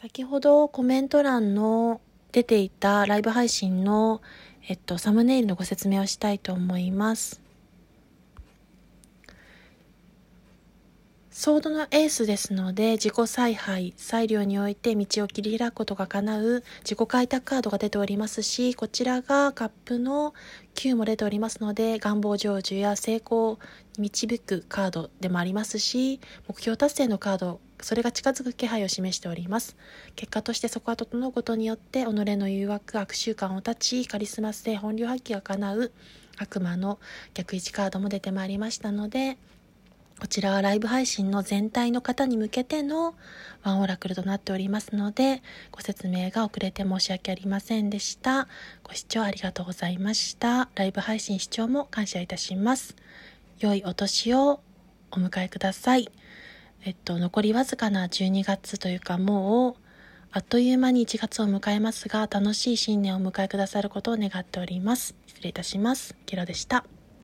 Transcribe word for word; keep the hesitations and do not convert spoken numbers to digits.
先ほどコメント欄の出ていたライブ配信の、えっと、サムネイルのご説明をしたいと思います。ソードのエースですので、自己采配、裁量において道を切り開くことが叶う自己開拓カードが出ておりますし、こちらがカップのきゅうも出ておりますので、願望成就や成功に導くカードでもありますし、目標達成のカード、それが近づく気配を示しております。結果としてそこは整うことによって、己の誘惑、悪習慣を断ち、カリスマ性、本領発揮が叶う悪魔の逆位置カードも出てまいりましたので、こちらはライブ配信の全体の方に向けてのワンオラクルとなっておりますので、ご説明が遅れて申し訳ありませんでした。ご視聴ありがとうございました。ライブ配信視聴も感謝いたします。良いお年をお迎えください。えっと、残りわずかなじゅうにがつというか、もうあっという間にいちがつを迎えますが、楽しい新年をお迎えくださることを願っております。失礼いたします。ケロでした。